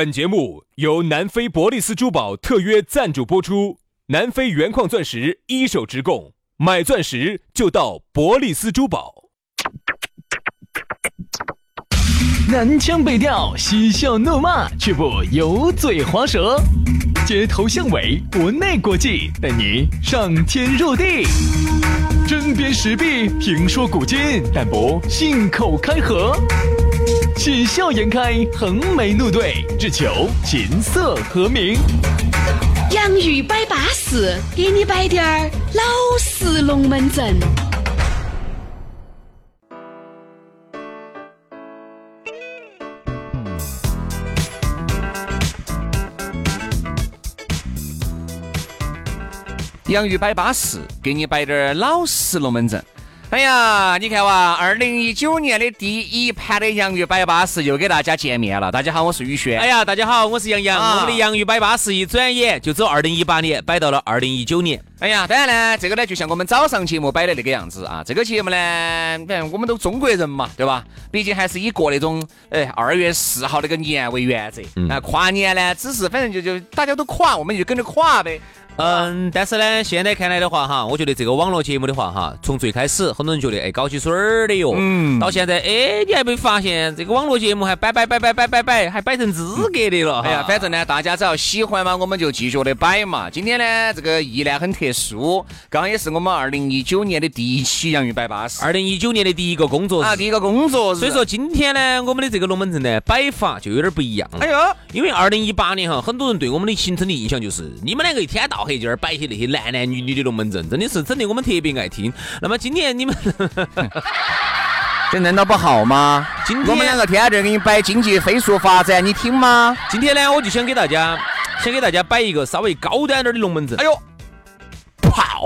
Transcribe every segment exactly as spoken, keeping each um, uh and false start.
本节目由南非伯利斯珠宝特约赞助播出，南非原矿钻石一手直供，买钻石就到伯利斯珠宝。 南腔北调，嬉笑怒骂，却不油嘴滑舌，街头巷尾，国内国际，带你上天入地。针砭时弊，评说古今，但不信口开河。喜笑颜开，横眉怒对，只求琴瑟和鸣。 洋芋摆巴士，给你摆点儿老式龙门阵。 洋芋摆巴士，给你摆点老实龙门阵。哎呀，你看哇，二零一九年的第一盘的洋芋摆巴士又给大家见面了。大家好，我是宇轩。 哎呀，大家好，我是杨洋。 啊、 我们的洋芋摆巴士一转眼就走二零一八年，摆到了二零一九年。 哎呀，当然呢，这个呢就像我们早上节目摆的那个样子啊。这个节目呢，反正我们都中国人嘛，对吧？毕竟还是以过那种哎二月四号那个年为原则。嗯、啊，跨年呢，只是反正就就大家都垮，我们就跟着垮呗。 嗯，但是呢，现在看来的话哈，我觉得这个网络节目的话哈，从最开始很多人觉得哎搞起水儿的哟，嗯，到现在哎你还没发现这个网络节目还摆摆摆摆摆摆摆，还摆成资格的了。 哎呀，反正呢，大家只要喜欢嘛，我们就继续的摆嘛。今天呢，这个意呢很特殊，刚也是我们二零一九年的第一期洋芋摆巴士， 二零一九年的第一个工作日啊，第一个工作日。 所以说今天呢，我们的这个龙门阵呢摆法就有点不一样了。 哎呦， 因为二零一八年哈，很多人对我们的形成的印象就是你们两个一天到黑就在摆起那些男男女女的龙门阵，真的是整的我们特别爱听。那么今年你们这难道不好吗？今天我们两个天天在给你摆经济飞速发展，你听吗？ 今天呢，我就想给大家想给大家摆一个稍微高端点的龙门阵。 哎呦，跑！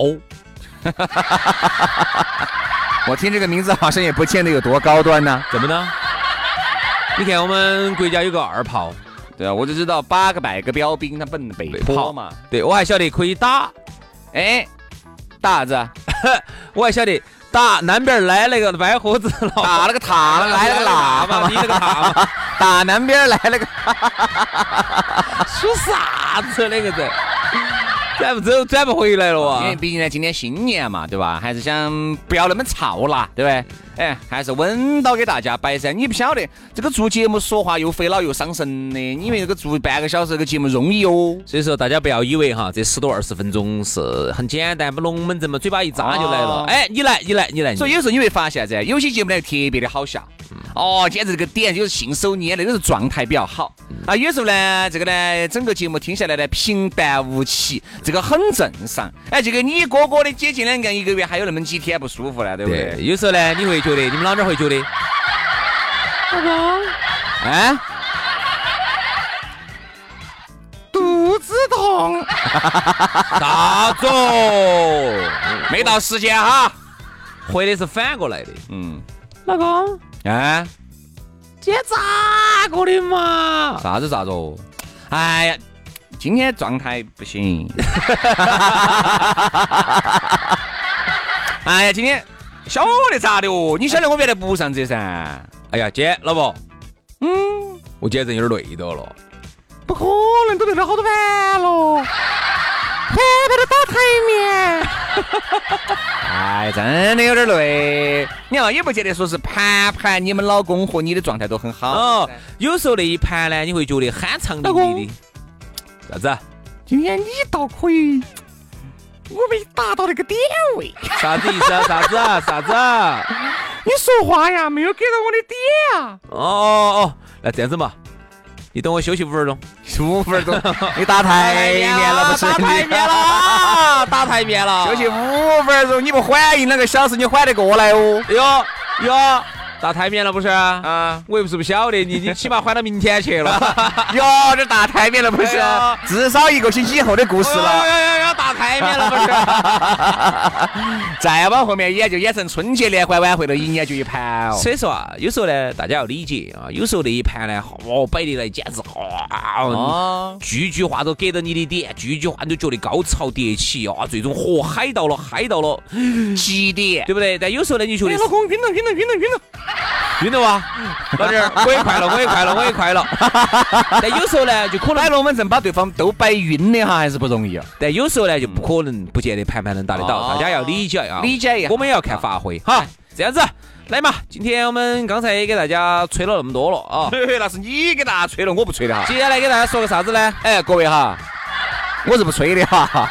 我听这个名字好像也不见得有多高端呢、啊。 怎么呢？你看我们国家有个二炮。 对啊，我就知道八个百个标兵，他不能被跑嘛。 对，我还晓得可以打， 哎，打啥子？ 我还晓得打南边来那个歪盒子了， 打那个塔，来那个喇嘛， 你那个塔嘛， 打南边来那个， 说啥子那个人？转不走，转不回来了啊！ 因为毕竟呢，今年新年嘛，对吧？还是想不要那么吵啦，对不对？哎，还是稳到给大家摆噻。你不晓得这个做节目说话又费脑又伤神的，因为这个做半个小时这个节目容易哦。 所以说大家不要以为哈，这十多二十分钟是很简单，不龙门阵嘛，嘴巴一扎就来了。哦、哎，你来，你来，你来。 所以有时候你会发现噻，有些节目呢特别的好笑。嗯、哦，简直这个点就是信手拈，那个是状态比较好。嗯、啊，有时候呢，这个呢，整个节目听下来呢，平淡无奇。这个很正常，哎，这个你哥哥的接近两个一个月还有那么几天不舒服了，对不对？ 对，有时候呢，你会觉得，你们老娘会觉得， 老公，哎，肚子痛， 大总， 没到时间哈， 回的是反过来的， 嗯， 老公， 哎， 今天咋个的嘛？ 啥子啥子？哎呀。今天状态不行，哎呀，今天晓得咋的哦？你晓得我原来不上这噻？ 哎呀，姐，老婆， 嗯， 我今天真有点累到了， 不可能，都累了好多盘了，盘盘都打台面，哎，真的有点累。你看，也不见得说是盘盘，你们老公和你的状态都很好哦。有时候那一盘呢，你会觉得酣畅淋漓的。啥子？ 今天你倒可以，我没达到那个点位。 啥子意思啊？啥子啊？啥子啊？ 你说话呀，没有给到我的点啊！ 哦哦，那这样子嘛，你等我休息五分钟。 五分钟，你打台面了不是？ 打台面了，打台面了。 休息五分钟，你不缓一两个小时，你缓得过来哦？ 哟哟。打台面了不是啊？我又不是不晓得你，你起码缓到明天去了。 哟，这打台面了不是？哎、至少一个星期以后的故事了。 要要要打台面了不是？再往后面演就演成春节联欢晚会了，一年就一盘、哦。 所以说啊，有时候呢，大家要理解啊，有时候那一盘呢，哦，摆的来简直哇，哦、句句话都给到你的点，句句话都觉得高潮迭起啊，最终嚯、哦、嗨到了，嗨到了极点，对不对？但有时候呢，你觉得、 哎、老公晕了，晕了，晕了，晕了。 晕了哇，老弟儿，我也快了，我也快了，我也快了。但有时候呢，就可能摆龙门阵把对方都摆晕的哈，还是不容易啊。 但有时候呢，就不可能不见得盘盘能打得到，大家要理解啊， 理解一下， 我们也要看发挥哈。这样子，来嘛，今天我们刚才也给大家吹了那么多了啊， 嘿嘿，那是你给大家吹了，我不吹的哈。 接下来给大家说个啥子呢？ 哎，各位哈，我是不吹的哈。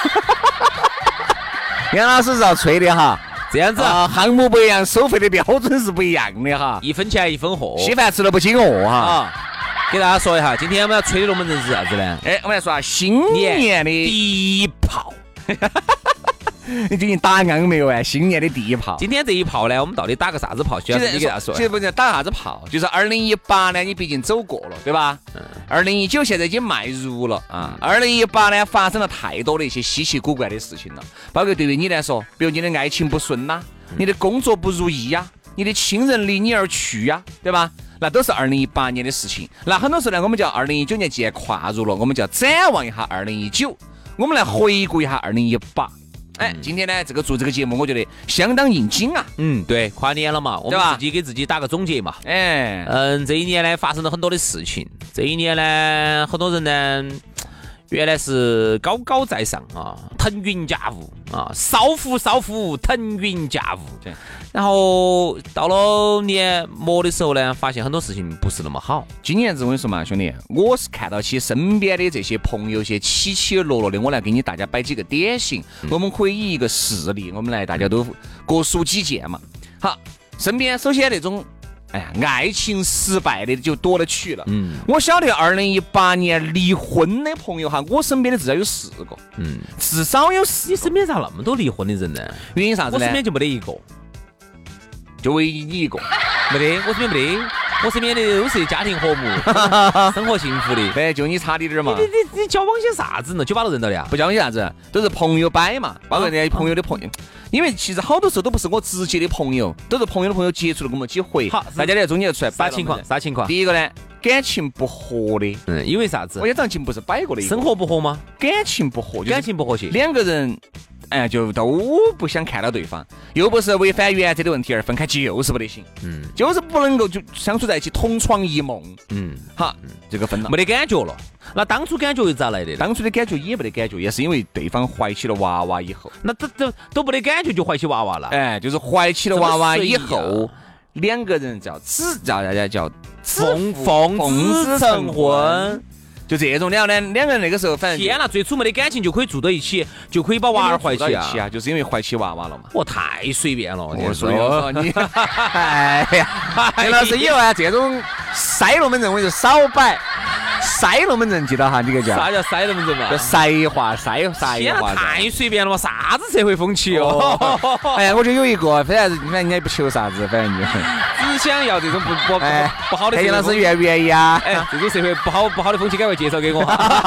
杨老师是要吹的哈。 这样子啊，项目不一样，收费的标准是不一样的哈， 一分钱一分货， 稀饭吃了不饥饿哈。 啊，给大家说一下，今天我们要吹的龙门阵是啥子呢？ 哎，我们来说下新年的第一炮。 你最近打烊没有啊？新年的第一炮。 今天这一炮呢，我们到底打个啥子炮？需要你给大家说。 其实不是打啥子炮，就是二零一八呢，你毕竟走过了，对吧？二零一九现在已经迈入了啊。二零一八呢，发生了太多的一些稀奇古怪的事情了，包括对于你来说，比如你的爱情不顺呐，你的工作不如意呀，你的亲人离你而去呀，对吧？那都是二零一八年的事情。那很多时候呢，我们叫二零一九年既然跨入了，我们就要展望一下二零一九，我们来回顾一下二零一八。哎，今天呢，这个做这个节目，我觉得相当应景啊。 嗯，对，跨年了嘛，我们自己给自己打个总结嘛。 哎， 嗯，这一年呢，发生了很多的事情。这一年呢，很多人呢，原来是高高在上啊，腾云驾雾啊，少妇少妇腾云驾雾。对。然后到了年末的时候呢，发现很多事情不是那么好。 今年子我跟你说嘛，兄弟，我是看到起身边的这些朋友些起起落落的，我来给你大家摆几个典型，嗯、我们可以以一个事例，我们来大家都各抒己见嘛。好，身边首先那种，哎呀，爱情失败的就多了去了。嗯，我晓得二零一八年离婚的朋友哈，我身边的至少有四个。嗯，至少有四。 你身边咋那么多离婚的人呢？ 原因啥子呢？ 我身边就没得一个。 就唯一你一个， 没得，我身边没得，我身边的都是家庭和睦、生活幸福的。 对，就你差点点嘛。 你你你交往些啥子呢？酒吧都认到的呀？ 不交往些啥子，都是朋友摆嘛，包括那些朋友的朋友。因为其实好多时候都不是我直接的朋友，都是朋友的朋友接触了我们几回。好，大家在中间出来啥情况？啥情况？ 第一个呢，感情不和的。 嗯，因为啥子？ 我这张情不是摆过的。 生活不和吗？ 感情不和， 感情不和谐， 两个人。哎，就都不想看到对方，又不是违反原则的问题而分开，就是不得行。嗯，就是不能够就相处在一起，同床异梦。嗯，好，这个分了， 没得感觉了。那当初感觉又咋来的？ 当初的感觉也没得感觉，也是因为对方怀起了娃娃以后。 那都都都没得感觉就怀起娃娃了？ 哎，就是怀起了娃娃以后，两个人叫子叫大家叫奉奉子成婚。 就这种两呢，两个人那个时候反正天哪，最初没得感情就可以住到一起，就可以把娃儿怀起啊！ 啊，就是因为怀起娃娃了嘛。 我太随便了， 我说哟，你，哎呀，杨老师以后啊，这种塞龙门阵我就少摆。塞龙门阵记得哈，这个叫啥叫塞龙门阵嘛？ 叫塞话塞塞话。 太随便了嘛，啥子社会风气哦？ 哎呀，我就有一个，反正反正人家也不求啥子，反正就只想要这种不不哎不好的社会。 杨老师愿不愿意啊？ 哎，这种社会不好不好的风气，赶快介绍给我，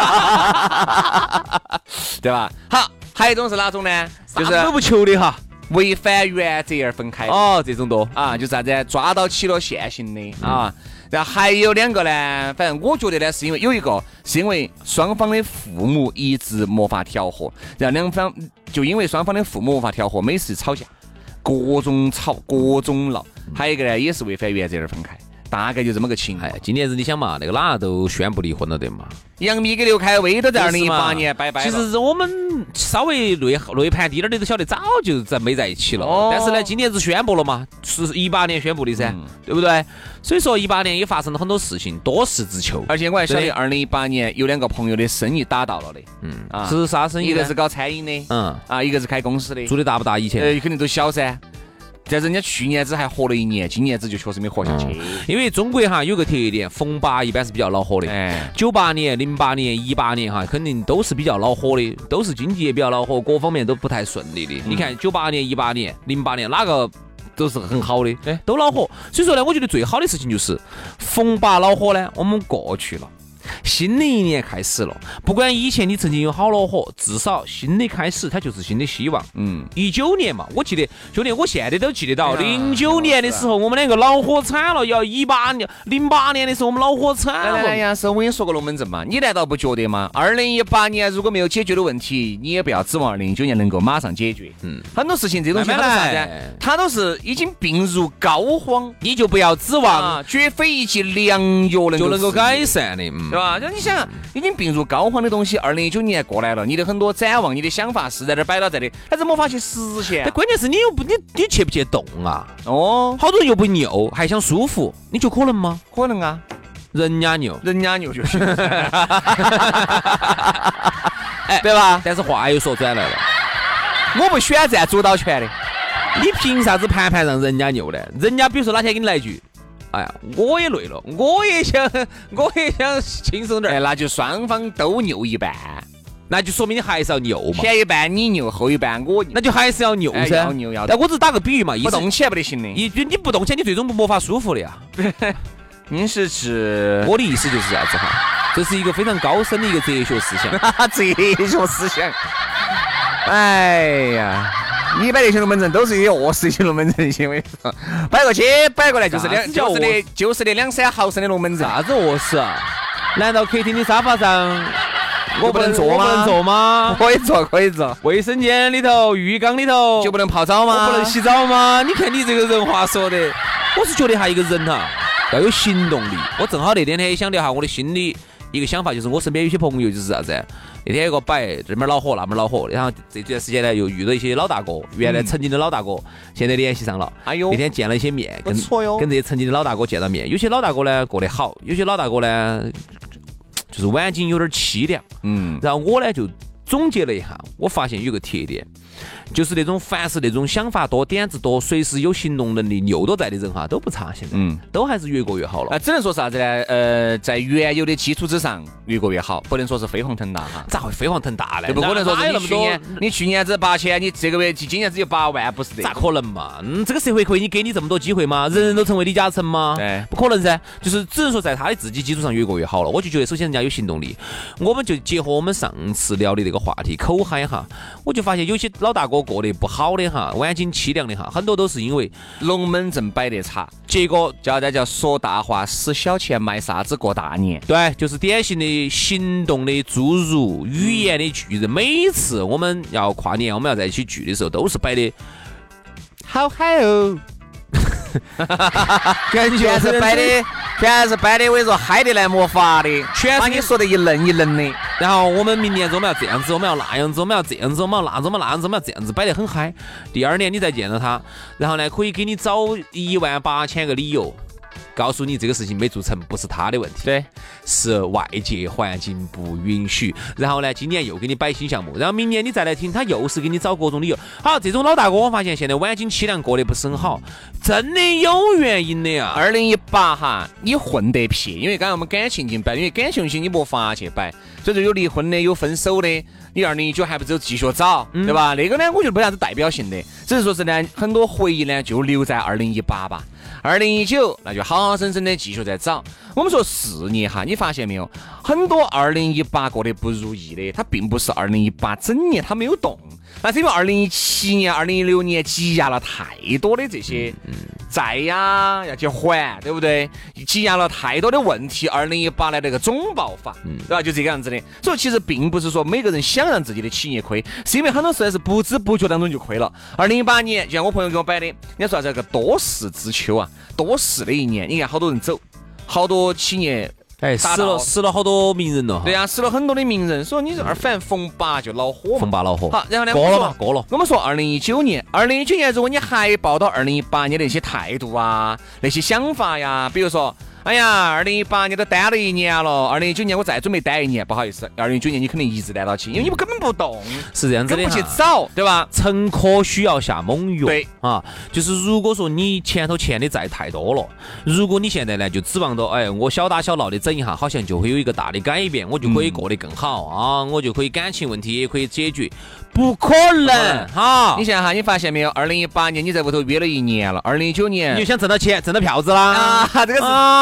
对吧？好，还有一种是哪种呢？就是都不求的哈， 违反原则而分开。 哦，这种多啊，就是啥子抓到起了现行的啊。然后还有两个呢，反正我觉得呢，是因为有一个是因为双方的父母一直没法调和，然后两方就因为双方的父母无法调和，每次吵架各种吵各种闹。还有一个呢，也是违反原则而分开。大概就这么个情况。 哎，今年子你想嘛，那个哪都宣布离婚了对嘛？ 杨幂跟刘恺威都在二零一八年拜拜了。 其实我们稍微内内盘低点的都晓得，早就在没在一起了。哦、但是呢，今年子宣布了嘛，是一八年宣布的噻，嗯、对不对？所以说一八年也发生了很多事情，多事之秋。 而且我还晓得，二零一八年有两个朋友的生意打到了的。嗯啊，是啥生意？ 一个是搞餐饮的，嗯啊，一个是开公司的。 做的大不大？以前呃，肯定都小噻。但是人家去年子还活了一年，今年子就确实没活下去。嗯、 因为中国哈有个特点，逢八一般是比较恼火的。哎，九八年、零八年、一八年哈，肯定都是比较恼火的，都是经济也比较恼火，各方面都不太顺利的。嗯、你看九八年、一八年、零八年哪个都是很好的，哎，都恼火。所以说呢，我觉得最好的事情就是逢八恼火呢，我们过去了。 新的一年开始了，不管以前你曾经有好恼火，至少新的开始它就是新的希望。嗯，一九年嘛，我记得兄弟，我现在都记得到，零九年的时候我们两个恼火惨了，要一八年、零八年的时候我们恼火惨了。 来来，杨师，我跟你说个龙门阵嘛，你难道不觉得吗？二零一八年如果没有解决的问题，你也不要指望二零一九年能够马上解决。嗯，很多事情这东西它都是啥子？它都是已经病入膏肓， 你就不要指望、 啊、绝非一剂良药能够就能够改善的，嗯、 对吧？就你想，已经病入膏肓的东西，二零一九年过来了，你的很多展望，你的想法是在这摆到在的，但是没法去实现。 但关键是你又不你你去不去动啊？ 哦， 好多人又不牛，还想舒服，你觉得可能吗？ 可能啊， 人家牛， 人家牛就行，哎，对吧？ 但是话又说转来了， 我不选占主导权的， 你凭啥子盘盘让人家牛呢？人家比如说哪天给你来一句，哎呀，我也累了，我也想，我也想轻松点， 哎，那就双方都牛一半。 那就说明你还是要牛嘛， 前一半你牛，后一半我牛， 那就还是要牛噻， 哎、要牛要。 但我只是打个比喻嘛， 不动起来不得行的。 你你不动起来，你最终没法舒服的呀。 您是指我的意思就是啥子哈？这是一个非常高深的一个哲学思想， 哲学思想。哎呀，你摆那些龙门阵都是一些恶势的龙门阵，行为摆过去摆过来就是两就是的就是的两三毫升的龙门阵。 啥子恶势啊？难道客厅的沙发上？ 我不能坐吗？ 不能坐吗？ 可以坐，可以坐。 卫生间里头、浴缸里头就不能泡澡吗？ 我不能洗澡吗？你看你这个人话说的，我是觉得哈，一个人哈要有行动力。我正好那天也想聊下我的心里一个想法，就是我身边有些朋友就是啥子，那天有个摆这边恼火那边恼火，然后这段时间呢又遇到一些老大哥，原来曾经的老大哥，现在联系上了。哎呦，那天见了一些面，跟跟这些曾经的老大哥见到面，有些老大哥呢过得好，有些老大哥呢。就是晚景有点凄凉，嗯，然后我呢就总结了一下，我发现有个特点，就是那种凡是那种想法多、点子多、随时有行动能力、牛都在的人哈，都不差，现在，嗯，都还是越过越好了。 啊，只能说啥子呢？呃，在原有的基础之上越过越好，不能说是飞黄腾达哈。 咋会飞黄腾达呢？ 就不可能说是你去年你去年只八千，你这个月今年只有八万，不是的。 咋可能嘛？嗯，这个社会可以你给你这么多机会吗？人人都成为李嘉诚吗？ 对， 不可能噻。就是只能说在他的自己基础上越过越好了。我就觉得，首先人家有行动力，我们就结合我们上次聊的这个话题口嗨哈，我就发现有些老大哥过得不好的哈，晚景凄凉的哈，很多都是因为龙门阵摆得差， 结果叫大家说大话，使小钱卖啥子过大年。 对，就是典型的行动的侏儒，语言的巨人。每次我们要跨年，我们要在一起聚的时候，都是摆的好嗨哦， 感觉是摆的，全是摆的，我跟你说嗨的来没法的，全把你说的一愣一愣的。 然后我们明年我们要这样子，我们要那样子，我们要这样子，我们要那样子，我们那样子，我们要这样子，摆得很嗨。第二年你再见到他，然后呢，可以给你找一万八千个理由，告诉你这个事情没做成，不是他的问题， 对， 是外界环境不允许。然后呢，今年又给你摆新项目，然后明年你再来听，他又是给你找各种理由。好，这种老大哥，我发现现在晚景凄凉过得不是很好，真的有原因的呀。 二零一八哈，你混得撇，因为刚才我们感情已经摆，因为感情性你没法去摆，所以说有离婚的，有分手的，你二零一九还不只有继续找，嗯、对吧？那个呢，我觉得没啥子代表性的，只是说是呢，很多回忆呢就留在二零一八吧。二零一九那就好好生生的继续在找。我们说事业哈，你发现没有，很多二零一八过得不如意的，他并不是二零一八整年他没有动，那是因为二零一七年、二零一六年积压了太多的这些债呀，要去还，对不对？积压了太多的问题，二零一八来那个总爆发，对吧？就这个样子的。所以其实并不是说每个人想让自己的企业亏，是因为很多时候是不知不觉当中就亏了。二零一八年，就像我朋友给我摆的，人家说这个多事之秋啊，多事的一年，你看好多人走，好多企业。 哎，死了死了好多名人了哈。 对呀、啊，死了很多的名人。所以你这二反正逢八就恼火嘛， 逢八恼火。 好，然后呢， 过了嘛，过了。 我们说二零一九年，二零一九年如果你还抱到二零一八年的那些态度啊，那些想法呀，比如说，哎呀，二零一八年都单了一年了，二零一九年我再准备单一年，不好意思，二零一九年你肯定一直单到起，因为你根本不动， 是这样子的， 不去找，对吧？ 成科需要下猛药， 对啊，就是如果说你前头欠的债太多了，如果你现在呢就指望到，哎，我小打小闹的整一下，好像就会有一个大的改变，我就可以过得更好、嗯、啊，我就可以感情问题也可以解决，不可能哈！ 你想想哈，你发现没有？二零一八年你在屋头约了一年了，二零一九年你就想挣到钱，挣到票子啦啊，这个是。 啊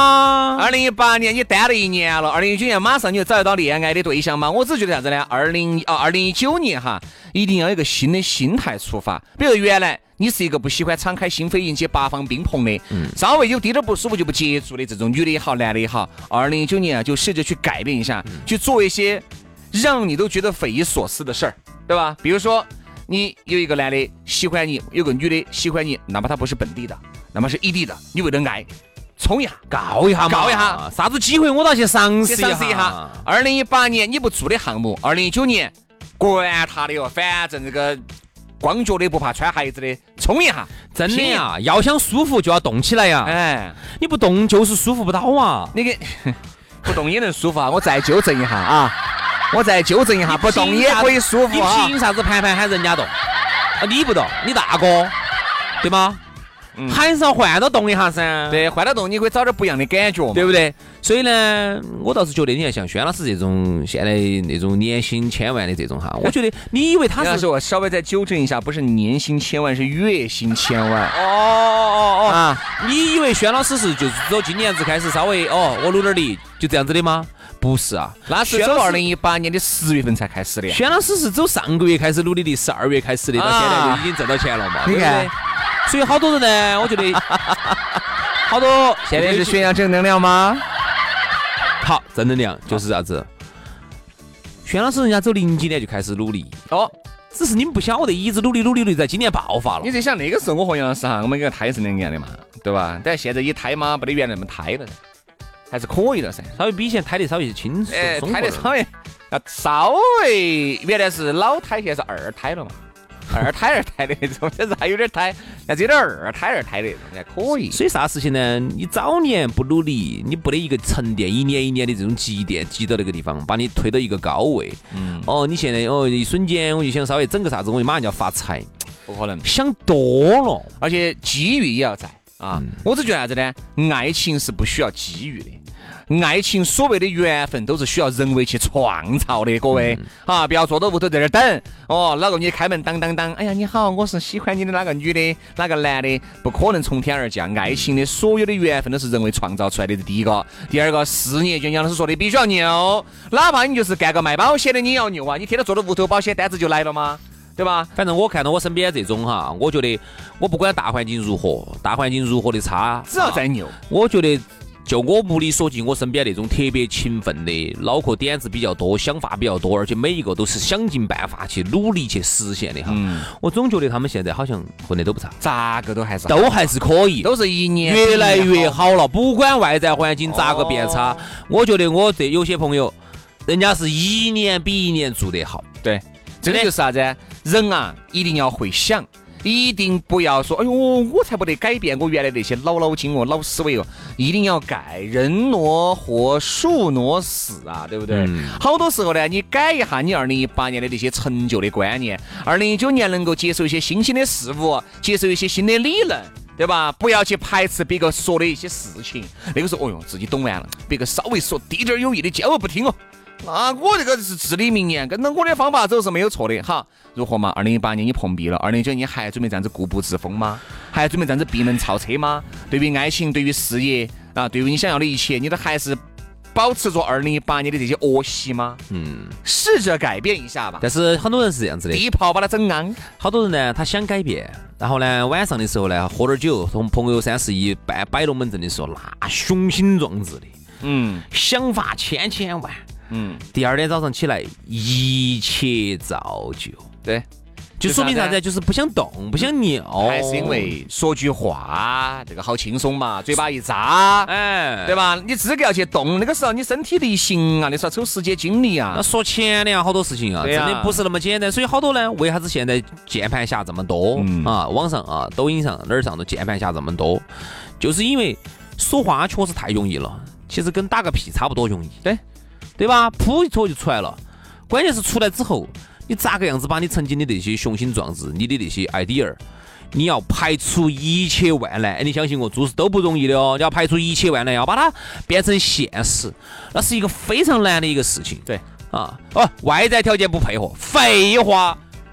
吗？ 二零一八年你单了一年了，二零一九年马上你就找得到恋爱的对象吗？我只觉得啥子呢？二零啊，二零一九年哈，一定要有一个新的心态出发。比如原来你是一个不喜欢敞开心扉迎接八方宾朋的，嗯，稍微有滴点不舒服就不接触的这种女的也好，男的也好，二零一九年啊，就试着去改变一下，嗯、去做一些让你都觉得匪夷所思的事儿，对吧？比如说你有一个男的喜欢你，有个女的喜欢你，哪怕他不是本地的，哪怕是异地的，你为了爱冲一下， 告一下嘛， 告一下， 啥子机会我倒去尝试一下。 一下。二零一八年你不做的项目，二零一九年管他的哟，反正这个光脚的不怕穿鞋子的，冲一下， 真的呀！要想舒服就要动起来呀， 哎， 你不动就是舒服不到啊。 那个不动也能舒服啊，我再纠正一下啊，我再纠正一下，不动也可以舒服啊。 你凭啥子盘盘喊人家动？啊，你不动，你大哥，对吗？嗯、还是要换到动一下噻。 对，换到动你可以找点不一样的感觉， 对不对？所以呢，我倒是觉得你看像轩老师这种现在那种年薪千万的这种哈，我觉得你以为他是…… 是我稍微再纠正一下，不是年薪千万，是月薪千万。 哦哦哦啊！你以为轩老师是就是从今年子开始稍微哦，我努点力就这样子的吗？不是啊， 那是从二零一八年的十月份才开始的。 轩老师是走上个月开始努力的，十二月开始的，到现在就已经挣到钱了嘛？ 你看。 所以好多人呢，我觉得好多现在是宣扬正能量吗？ 好，正能量就是啥子？轩老师人家走零几年就开始努力哦，只是你们不晓得，一直努力努力努力，在今年爆发了。 你在想那个时候我和杨老师哈，我们跟胎是两样的嘛，对吧？但现在一胎嘛，不得原来那么胎了，还是可以了噻， 稍微比以前胎得稍微轻松， 哎，胎得稍微要稍微，原来是老胎，现在是二胎了嘛。二胎二胎的那种，但是还有点胎，但是有点二胎二胎的那种还可以。 所以啥事情呢？你早年不努力，你不得一个沉淀，一年一年的这种积淀积到那个地方，把你推到一个高位。嗯。哦，你现在哦一瞬间我就想稍微整个啥子，我就马上就要发财， 不可能。 想多了， 而且机遇也要在啊。嗯、我只觉得啥子呢？爱情是不需要机遇的。爱情所谓的缘分都是需要人为去创造的，各位、嗯、啊，不要坐到屋头在那儿等哦，老个你开门当当当，哎呀你好，我是喜欢你的哪个女的哪个男的，不可能从天而降。爱情的所有的缘分都是人为创造出来的，这第一个。第二个，事业就杨老师说的必须要牛，哪怕你就是干个卖保险的，你要牛啊，你天天坐到屋头，保险单子就来了吗？对吧？ 反正我看到我身边这种哈，我觉得我不管大环境如何，大环境如何的差， 只要再牛， 我觉得就我目力所及，我身边那种特别勤奋的，脑壳点子比较多，想法比较多，而且每一个都是想尽办法去努力去实现的哈。嗯、我总觉得他们现在好像混得都不差， 咋个都还是好都还是可以， 都是一年越来越好了。不管外在环境咋个变差，哦、我觉得我这有些朋友，人家是一年比一年做得好。 对，这个就是啥子？人啊，一定要会想。一定不要说，哎呦，我才不得改变我原来那些老脑筋哦、老思维哦，一定要改。人挪活，树挪死啊，对不对？嗯、好多时候呢，你改一下你二零一八年的那些成就的观念，二零一九年能够接受一些新兴的事物，接受一些新的理论，对吧？不要去排斥别个说的一些事情。那个时候，哦哟，自己懂完了，别个稍微说滴点有益的，叫我不听哦。啊，我这个是至理名言，跟着我的方法走是没有错的哈。如何嘛？二零一八年你碰壁了，二零一九年还准备这样子固步自封吗？还准备这样子闭门造车吗？对于爱情，对于事业啊，对于你想要的一切，你都还是保持着二零一八年的这些恶习吗？嗯，试着改变一下吧。 但是很多人是这样子的， 第一炮把它整安。 好多人呢，他想改变，然后呢，晚上的时候呢，喝点酒，从朋友三十一摆摆龙门阵的时候，那雄心壮志的，嗯，想法千千万。嗯，第二天早上起来一切照旧， 对， 就说明啥子？就是不想动，不想扭， 还是因为说句话，这个好轻松嘛，嘴巴一扎，哎，对吧？你自个要去动，那个时候你身体力行啊，你是要抽时间精力啊。 那说钱的呀，好多事情啊，真的不是那么简单。所以好多呢，为啥子现在键盘侠这么多、嗯、啊？网上啊，抖音上哪儿上的键盘侠这么多，就是因为说话确实太容易了，其实跟打个屁差不多容易。 对。 对吧？噗一戳就出来了。关键是出来之后，你咋个样子把你曾经的那些雄心壮志、你的那些 idea， 你要排除一切万难。你相信我，做事都不容易的哦。你要排除一切万难，要把它变成现实，那是一个非常难的一个事情。 对啊， 哦，外在条件不配合，废话，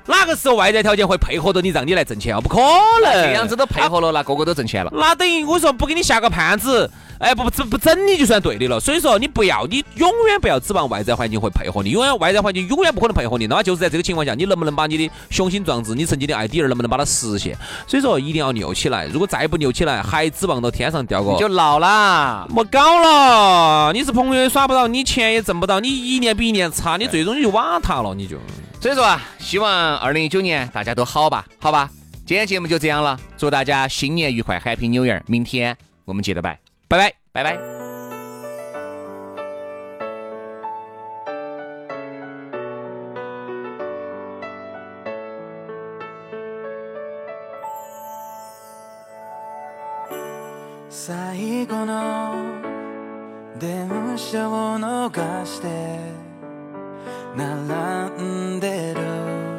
哪个时候外在条件会配合着你，让你来挣钱啊？不可能， 这样子都配合了，那个个都挣钱了。 那等于我说不给你下个判子，哎，不不不整你就算对的了。所以说你不要，你永远不要指望外在环境会配合你，永远外在环境永远不可能配合你。那么就是在这个情况下，你能不能把你的雄心壮志，你曾经的爱迪尔能不能把它实现？所以说一定要扭起来。如果再不扭起来，还指望到天上掉个， 你就老了， 莫搞了。你是朋友也耍不到，你钱也挣不到，你一年比一年差，你最终就瓦塌了，你就。 所以说啊，希望二零一九年大家都好吧，好吧。今天节目就这样了，祝大家新年愉快 ，Happy New Year！ 明天我们接着拜，拜拜，拜拜。 最後の電車を逃して並んでる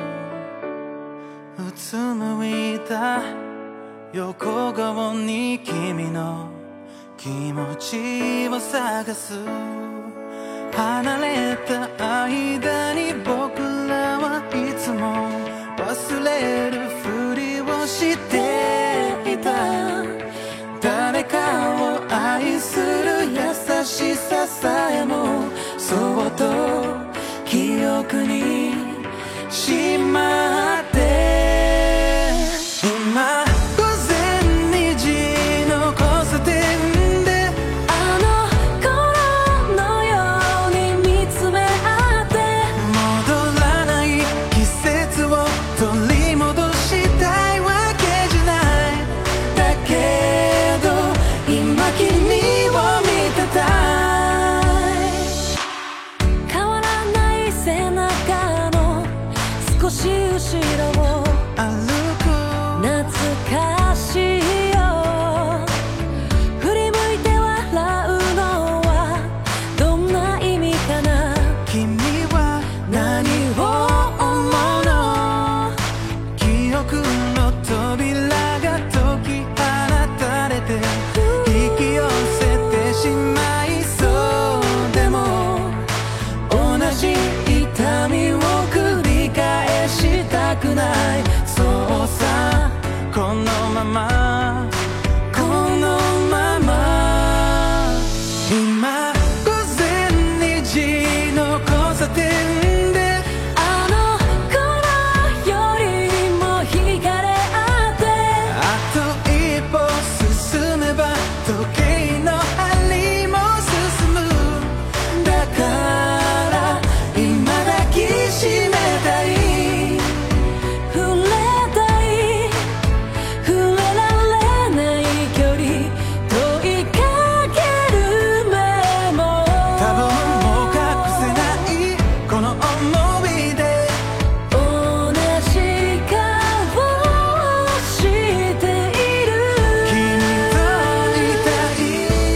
うつむいた横顔に君の気持ちを探す離れた間に僕らはいつも忘れるふりをしていた誰かを愛する優しささえもそっと記憶にしまって今午前にじの交差点であの頃のように見つめ合って戻らない季節を取り戻したいわけじゃないだけど今君を見てたい変わらない背中の少し後ろを歩く懐かしいよ振り向いて笑うのはどんな意味かな君は何を思うの記憶の扉が解き放たれて引き寄せてしまいそうでも同じ痛みを繰り返したくないそうさこのままこのまま今午前にじの交差点であの頃よりも惹かれ合ってあと一歩進めば時計の針も進むだから今抱きしめたい触れたい触れられない距離問いかける目も多分もう隠せないこの想いで同じ顔をしている君といたい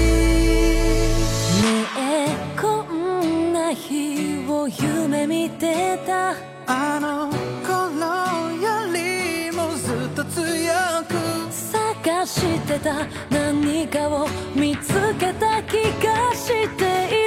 ねえこんな日を夢見てたあの頃よりもずっと強く探してた何かを見つけた気がしている